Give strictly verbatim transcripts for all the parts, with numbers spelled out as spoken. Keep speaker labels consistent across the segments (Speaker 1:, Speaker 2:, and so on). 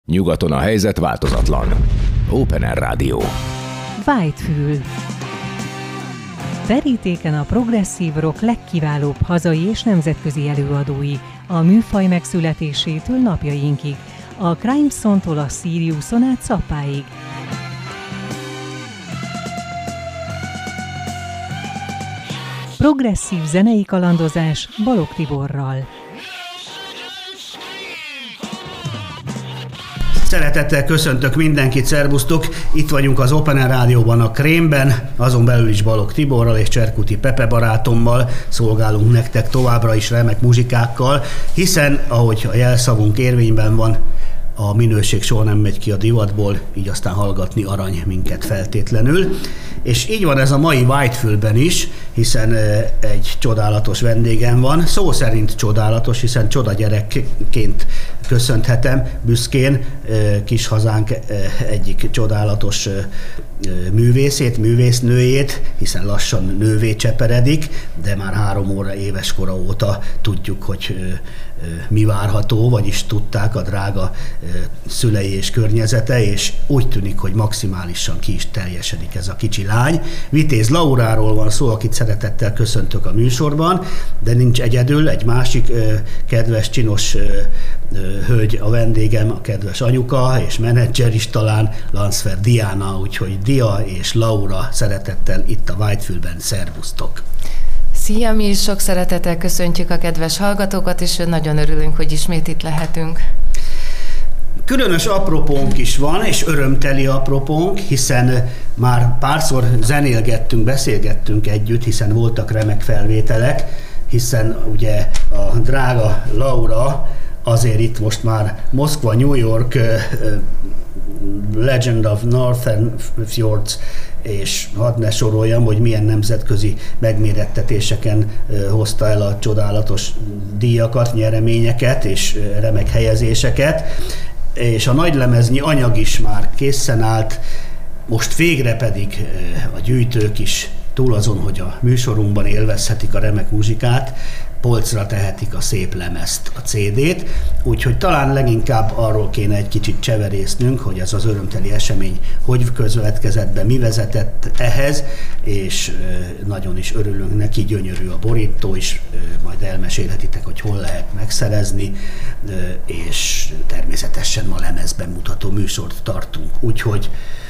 Speaker 1: Nyugaton a helyzet változatlan. Open Air Rádió.
Speaker 2: Whitefül. Verítéken a progresszív rock legkiválóbb hazai és nemzetközi előadói, a műfaj megszületésétől napjainkig, a Crimeson-tól a Siriuson át Zappáig. Progresszív zenei kalandozás Balogh Tiborral.
Speaker 3: Szeretettel köszöntök mindenkit, szervusztok! Itt vagyunk az Open Air Rádióban, a Krémben, azon belül is Balogh Tiborral és Cserkuti Pepe barátommal szolgálunk nektek továbbra is remek muzsikákkal, hiszen, ahogy a jelszavunk érvényben van, a minőség soha nem megy ki a divatból, így aztán hallgatni arany minket feltétlenül. És így van ez a mai Whitefülben is, hiszen egy csodálatos vendégem van, szó szerint csodálatos, hiszen csoda gyerekként köszönhetem büszkén kis hazánk egyik csodálatos művészét, művésznőjét, hiszen lassan nővé cseperedik, de már három óra éves kora óta tudjuk, hogy mi várható, vagyis tudták a drága szülei és környezete, és úgy tűnik, hogy maximálisan ki is teljesedik ez a kicsi lány. Vitéz Lauráról van szó, akit szeretettel köszöntök a műsorban, de nincs egyedül, egy másik kedves, csinos hölgy a vendégem, a kedves anyuka, és menedzser is talán, Landsfer Diana, úgyhogy Dia és Laura szeretettel itt a Whitefülben, szervusztok!
Speaker 4: Szia, mi is sok szeretettel köszöntjük a kedves hallgatókat, és nagyon örülünk, hogy ismét itt lehetünk.
Speaker 3: Különös apropónk is van, és örömteli apropónk, hiszen már párszor zenélgettünk, beszélgettünk együtt, hiszen voltak remek felvételek, hiszen ugye a drága Laura azért itt most már Moszkva, New York, Legend of Northern Fjords, és hadd ne soroljam, hogy milyen nemzetközi megmérettetéseken hozta el a csodálatos díjakat, nyereményeket és remek helyezéseket, és a nagylemeznyi anyag is már készen állt, most végre pedig a gyűjtők is túl azon, hogy a műsorunkban élvezhetik a remek muzsikát, polcra tehetik a szép lemezt, a cé dét, úgyhogy talán leginkább arról kéne egy kicsit cseverésznünk, hogy ez az örömteli esemény hogy közvetkezett be, mi vezetett ehhez, és nagyon is örülünk neki, gyönyörű a borító is, majd elmesélhetitek, hogy hol lehet megszerezni, és természetesen ma lemezbemutató műsort tartunk, úgyhogy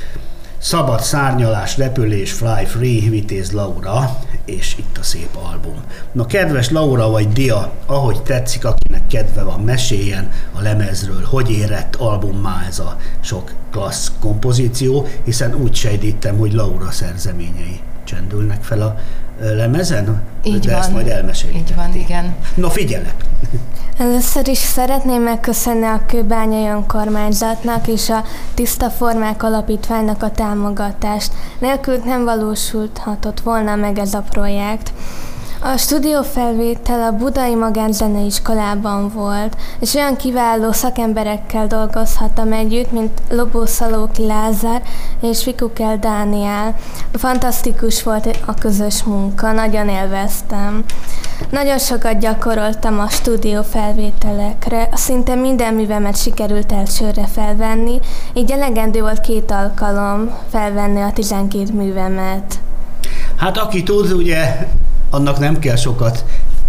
Speaker 3: szabad szárnyalás, repülés, Fly Free, Vitéz Laura, és itt a szép album. Na, kedves Laura vagy Dia, ahogy tetszik, akinek kedve van, meséljen a lemezről, hogy érett albummá ez a sok klassz kompozíció, hiszen úgy sejtítem, hogy Laura szerzeményei csendülnek fel a lemezen,
Speaker 4: így
Speaker 3: de
Speaker 4: van,
Speaker 3: ezt majd elmesélitek.
Speaker 4: Így van, igen.
Speaker 3: Na, figyelek!
Speaker 5: Először is szeretném megköszönni a Kőbányai Önkormányzatnak és a Tiszta Formák Alapítványnak a támogatást. Nélkül nem valósulhatott volna meg ez a projekt. A stúdiófelvétel a Budai Magánzeneiskolában volt, és olyan kiváló szakemberekkel dolgozhattam együtt, mint Lobó Szalóki Lázár és Fikukel Dániel. Fantasztikus volt a közös munka, nagyon élveztem. Nagyon sokat gyakoroltam a stúdiófelvételekre, szinte minden művemet sikerült elsőre felvenni, így elegendő volt két alkalom felvenni a tizenkét művemet.
Speaker 3: Hát aki tud, ugye annak nem kell sokat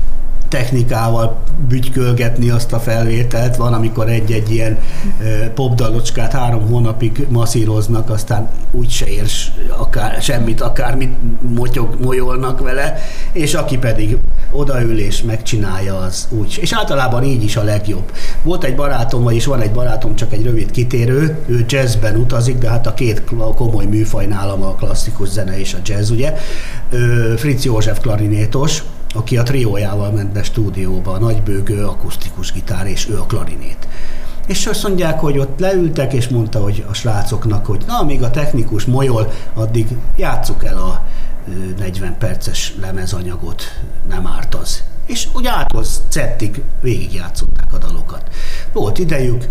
Speaker 3: technikával bütykölgetni azt a felvételt. Van, amikor egy-egy ilyen popdalocskát három hónapig masszíroznak, aztán úgyse ér akár, semmit, akármit motyog, molyolnak vele, és aki pedig odaül és megcsinálja, az úgy. És általában így is a legjobb. Volt egy barátom, vagyis van egy barátom, csak egy rövid kitérő, ő jazzben utazik, de hát a két komoly műfaj nálam a klasszikus zene és a jazz, ugye. Fritz József klarinétos, aki a triójával ment be stúdióba, a nagybőgő akusztikus gitár, és ő a klarinét. És azt mondják, hogy ott leültek, és mondta, hogy a srácoknak, hogy na, amíg a technikus molyol, addig játsszuk el a negyven perces lemezanyagot, nem árt az. És úgy áthoz cettig végigjátszották a dalokat. Volt idejük,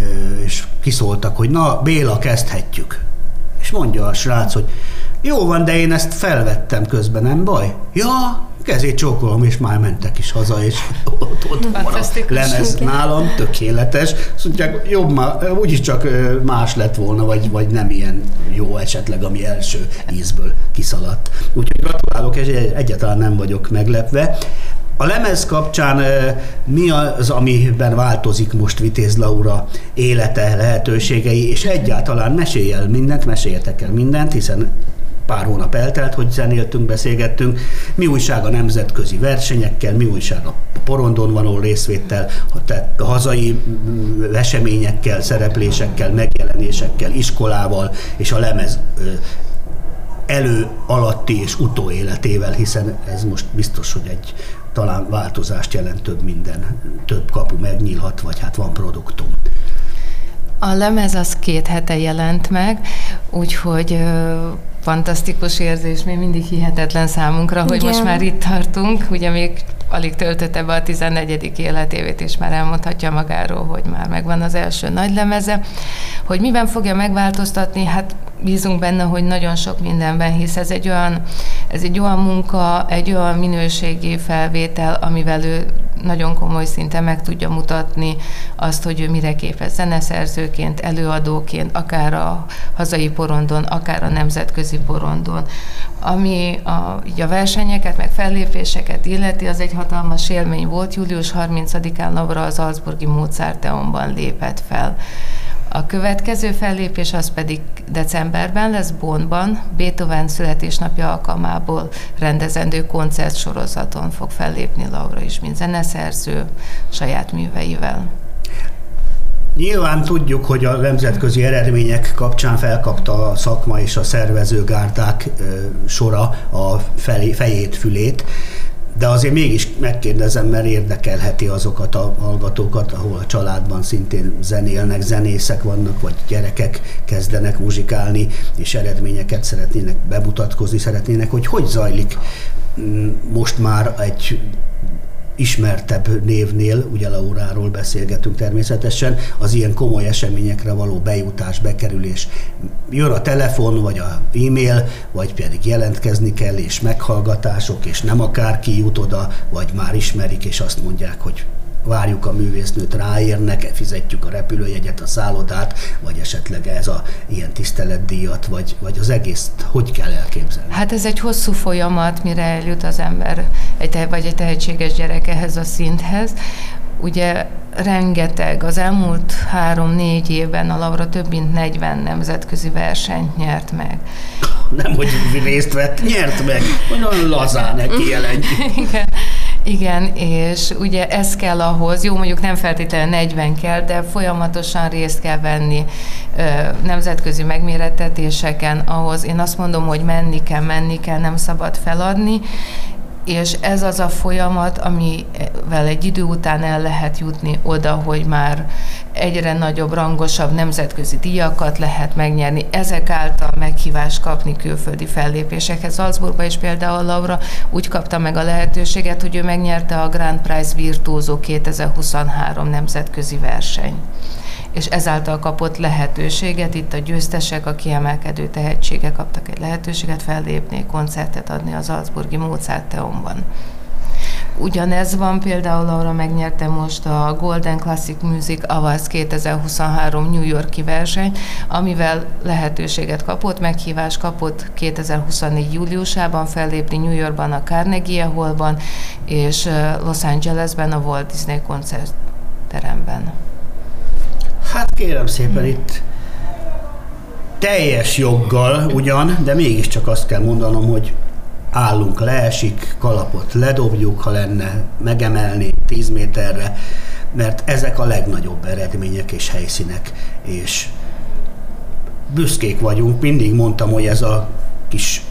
Speaker 3: és kiszóltak, hogy na, Béla, kezdhetjük. És mondja a srác, hogy jó van, de én ezt felvettem közben, nem baj? Ja, kezét csókolom, és már mentek is haza, és ott, ott van a lemez nálam, tökéletes. Azt mondják, jobb már, úgyis csak más lett volna, vagy, vagy nem ilyen jó esetleg, ami első ízből kiszaladt. Úgyhogy gratulálok, és egyáltalán nem vagyok meglepve. A lemez kapcsán mi az, amiben változik most Vitéz Laura élete, lehetőségei, és egyáltalán mesélj el mindent, meséljetek el mindent, hiszen pár hónap eltelt, hogy zenéltünk, beszélgettünk. Mi újság a nemzetközi versenyekkel, mi újság a porondon való részvéttel, a hazai eseményekkel, szereplésekkel, megjelenésekkel, iskolával, és a lemez elő, alatti és utóéletével, hiszen ez most biztos, hogy egy talán változást jelent, több minden, több kapu megnyílhat, vagy hát van produktum.
Speaker 4: A lemez az két hete jelent meg, úgyhogy ö, fantasztikus érzés, még mindig hihetetlen számunkra, hogy igen, most már itt tartunk, ugye még alig töltötte be a tizennegyedik életévét, és már elmondhatja magáról, hogy már megvan az első nagy lemeze. Hogy miben fogja megváltoztatni, hát bízunk benne, hogy nagyon sok mindenben, hisz ez egy olyan, ez egy olyan munka, egy olyan minőségi felvétel, amivel ő nagyon komoly szinten meg tudja mutatni azt, hogy ő mire képes zeneszerzőként, előadóként, akár a hazai porondon, akár a nemzetközi porondon. Ami a, így a versenyeket, meg fellépéseket illeti, az egy hatalmas élmény volt. július harmincadikán Laura az Salzburgi Mozarteumban lépett fel. A következő fellépés az pedig decemberben lesz Bonnban, Beethoven születésnapja alkalmából rendezendő koncertsorozaton fog fellépni Laura is, mint zeneszerző saját műveivel.
Speaker 3: Nyilván tudjuk, hogy a nemzetközi eredmények kapcsán felkapta a szakma és a szervezőgárdák sora a fejét, fülét, de azért mégis megkérdezem, mert érdekelheti azokat a hallgatókat, ahol a családban szintén zenélnek, zenészek vannak, vagy gyerekek kezdenek muzsikálni, és eredményeket szeretnének bemutatkozni, szeretnének, hogy hogy zajlik most már egy ismertebb névnél, ugye Lauráról beszélgetünk természetesen, az ilyen komoly eseményekre való bejutás, bekerülés. Jön a telefon, vagy a e-mail, vagy pedig jelentkezni kell, és meghallgatások, és nem akárki jut oda, vagy már ismerik, és azt mondják, hogy várjuk a művésznőt, ráérnek, fizetjük a repülőjegyet, a szállodát, vagy esetleg ez a ilyen tiszteletdíjat, vagy, vagy az egész, hogy kell elképzelni?
Speaker 4: Hát ez egy hosszú folyamat, mire eljut az ember, egy, vagy egy tehetséges gyerek ehhez a szinthez. Ugye rengeteg, az elmúlt három-négy évben a Laura több mint negyven nemzetközi versenyt nyert meg.
Speaker 3: Nem, hogy részt vett, nyert meg, olyan lazán neki jelentjük.
Speaker 4: Igen. Igen, és ugye ez kell ahhoz, jó, mondjuk nem feltétlenül negyven kell, de folyamatosan részt kell venni ö, nemzetközi megmérettetéseken, ahhoz én azt mondom, hogy menni kell, menni kell, nem szabad feladni, és ez az a folyamat, amivel egy idő után el lehet jutni oda, hogy már egyre nagyobb, rangosabb nemzetközi díjakat lehet megnyerni, ezek által meghívást kapni külföldi fellépésekhez. Salzburgban is például Laura úgy kapta meg a lehetőséget, hogy ő megnyerte a Grand Prize Virtuoso kétezer-huszonhárom nemzetközi verseny. És ezáltal kapott lehetőséget, itt a győztesek, a kiemelkedő tehetségek kaptak egy lehetőséget fellépni, koncertet adni az Salzburgi Mozarteumban. Ugyanez van, például Laura megnyerte most a Golden Classic Music Awards kétezer-huszonhárom New York-i verseny, amivel lehetőséget kapott, meghívást kapott kétezer-huszonnégy júliusában fellépni New Yorkban a Carnegie Hallban, és Los Angelesben a Walt Disney koncertteremben.
Speaker 3: Hát kérem szépen, itt teljes joggal ugyan, de mégiscsak azt kell mondanom, hogy állunk, leesik, kalapot ledobjuk, ha lenne, megemelni tíz méterre, mert ezek a legnagyobb eredmények és helyszínek, és büszkék vagyunk. Mindig mondtam, hogy ez a kis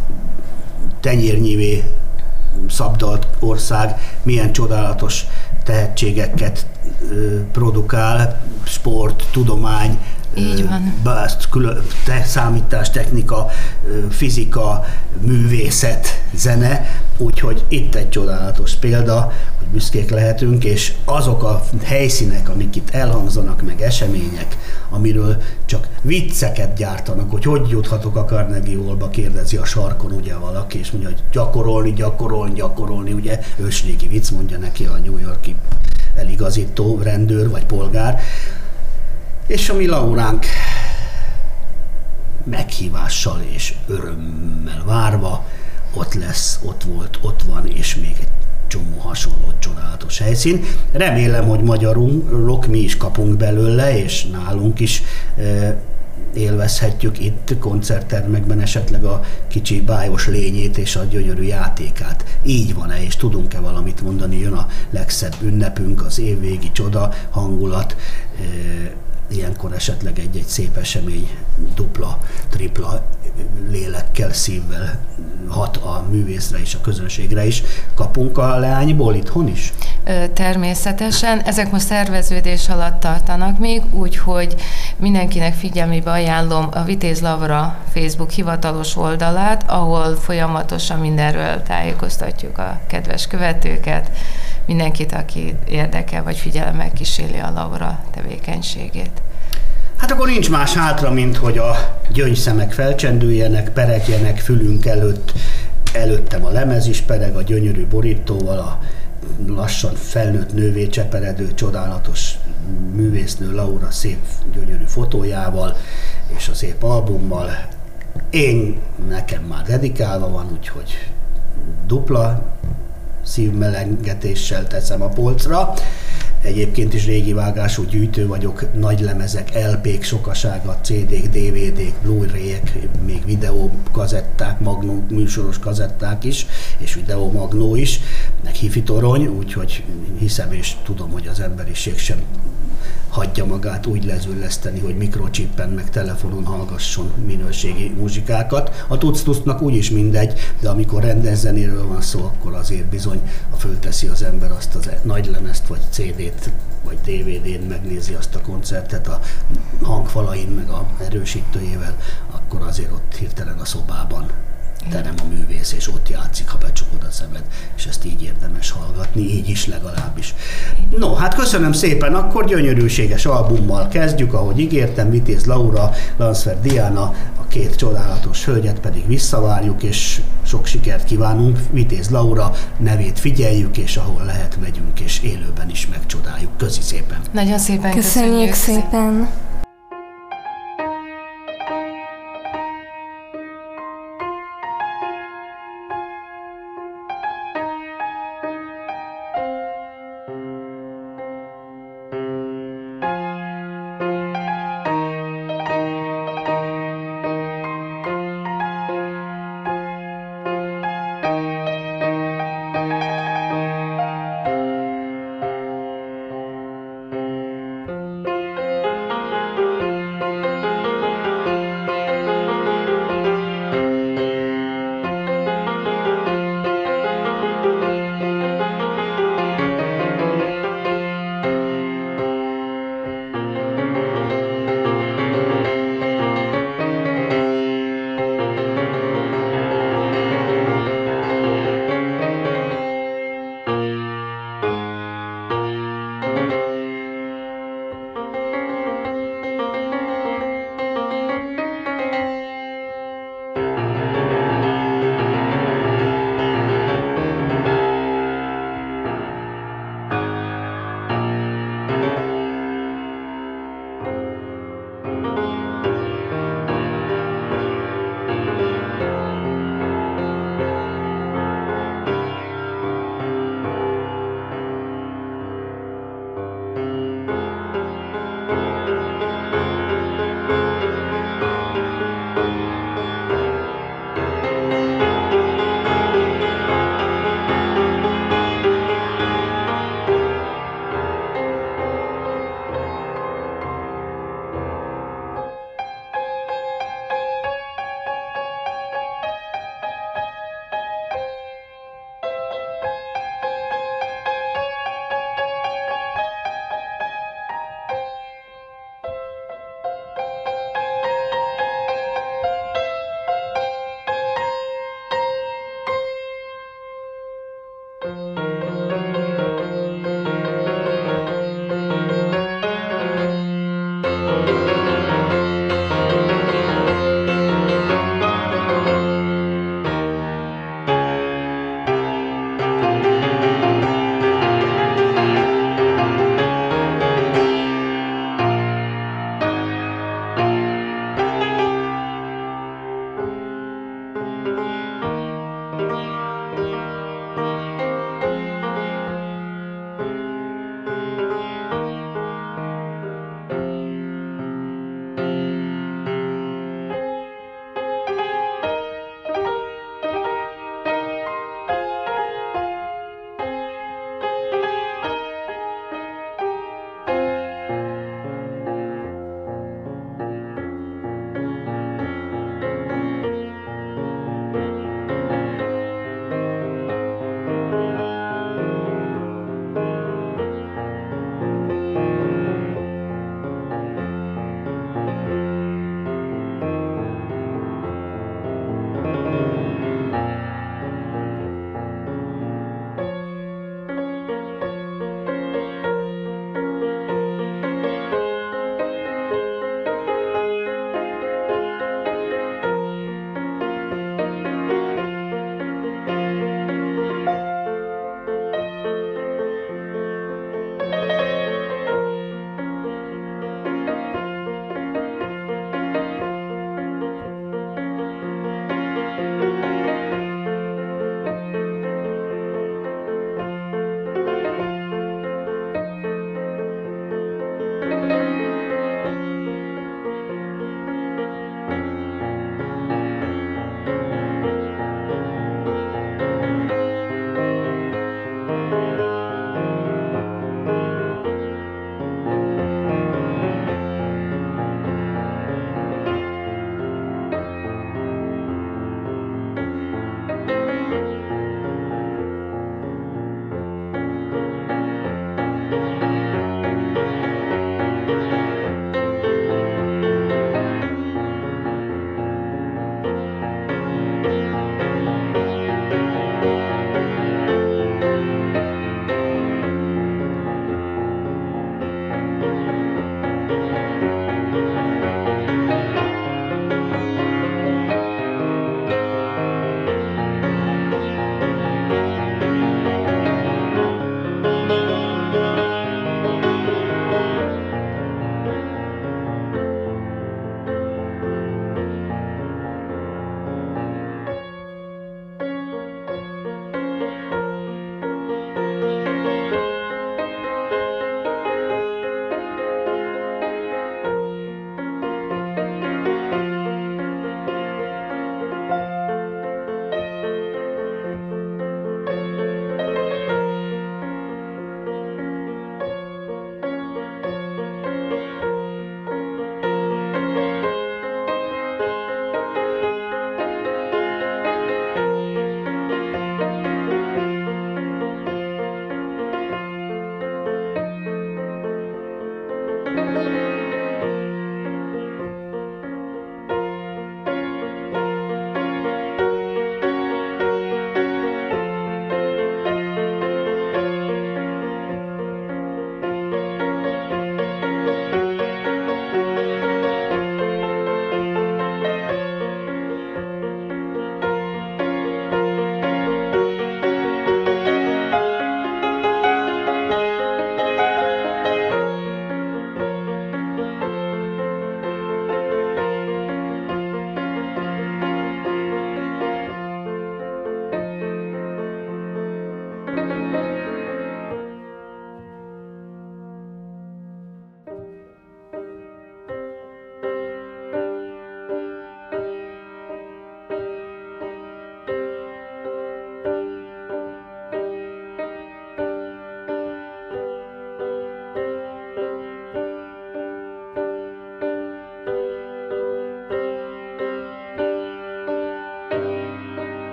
Speaker 3: tenyérnyivé szabdalt ország milyen csodálatos tehetségeket produkál, sport, tudomány,
Speaker 4: Így van.
Speaker 3: Te, számítás, technika, fizika, művészet, zene, úgyhogy itt egy csodálatos példa, hogy büszkék lehetünk, és azok a helyszínek, amik itt elhangzanak, meg események, amiről csak vicceket gyártanak, hogy hogy juthatok a Carnegie Hallba, kérdezi a sarkon ugye valaki, és mondja, hogy gyakorolni, gyakorolni, gyakorolni, ugye ősrégi vicc, mondja neki a New York-i eligazító rendőr vagy polgár. És a mi Lauránk meghívással és örömmel várva ott lesz, ott volt, ott van, és még egy csomó hasonló csodálatos helyszín. Remélem, hogy magyarok mi is kapunk belőle, és nálunk is e, élvezhetjük itt koncerttermekben esetleg a kicsi bájos lényét és a gyönyörű játékát. Így van-e, és tudunk-e valamit mondani? Jön a legszebb ünnepünk, az évvégi csoda hangulat, e, ilyenkor esetleg egy-egy szép esemény dupla, tripla lélekkel, szívvel hat a művészre és a közönségre is. Kapunk a leányból itthon is?
Speaker 4: Természetesen. Ezek most szerveződés alatt tartanak még, úgyhogy mindenkinek figyelmébe ajánlom a Vitéz Laura Facebook hivatalos oldalát, ahol folyamatosan mindenről tájékoztatjuk a kedves követőket, mindenkit, aki érdekel vagy figyelemmel kíséri a Laura tevékenységét.
Speaker 3: Hát akkor nincs más hátra, mint hogy a gyöngyszemek felcsendüljenek, peregjenek fülünk előtt, előttem a lemez is pereg, a gyönyörű borítóval, a lassan felnőtt nővé cseperedő, csodálatos művésznő Laura szép, gyönyörű fotójával, és a szép albummal. Én, nekem már dedikálva van, úgyhogy dupla szívmelengetéssel teszem a polcra. Egyébként is régi vágású gyűjtő vagyok, nagy lemezek, el pék sokasága, cé dék, dé vé dék, Blu-rayek, még videókazetták, magnó, műsoros kazetták is, és videómagnó is, meg hifi torony, úgyhogy hiszem és tudom, hogy az emberiség sem hagyja magát úgy lezülleszteni, hogy mikrochippen meg telefonon hallgasson minőségi muzsikákat. A tuc-tucnak úgyis mindegy, de amikor rendes zenéről van szó, akkor azért bizony, ha fölteszi az ember azt az nagy lemezt, vagy cé dét, vagy dé vé dén, megnézi azt a koncertet a hangfalain, meg a erősítőjével, akkor azért ott hirtelen a szobában terem a művész, és ott játszik, ha becsukod a szemed, és ezt így érdemes hallgatni, így is legalábbis. No, hát köszönöm szépen, akkor gyönyörűséges albummal kezdjük, ahogy ígértem, Vitéz Laura, Lansford Diana, a két csodálatos hölgyet pedig visszavárjuk, és sok sikert kívánunk. Vitéz Laura nevét figyeljük, és ahol lehet, megyünk, és élőben is megcsodáljuk. Köszi szépen!
Speaker 4: Nagyon szépen
Speaker 5: köszönjük! Köszönjük szépen!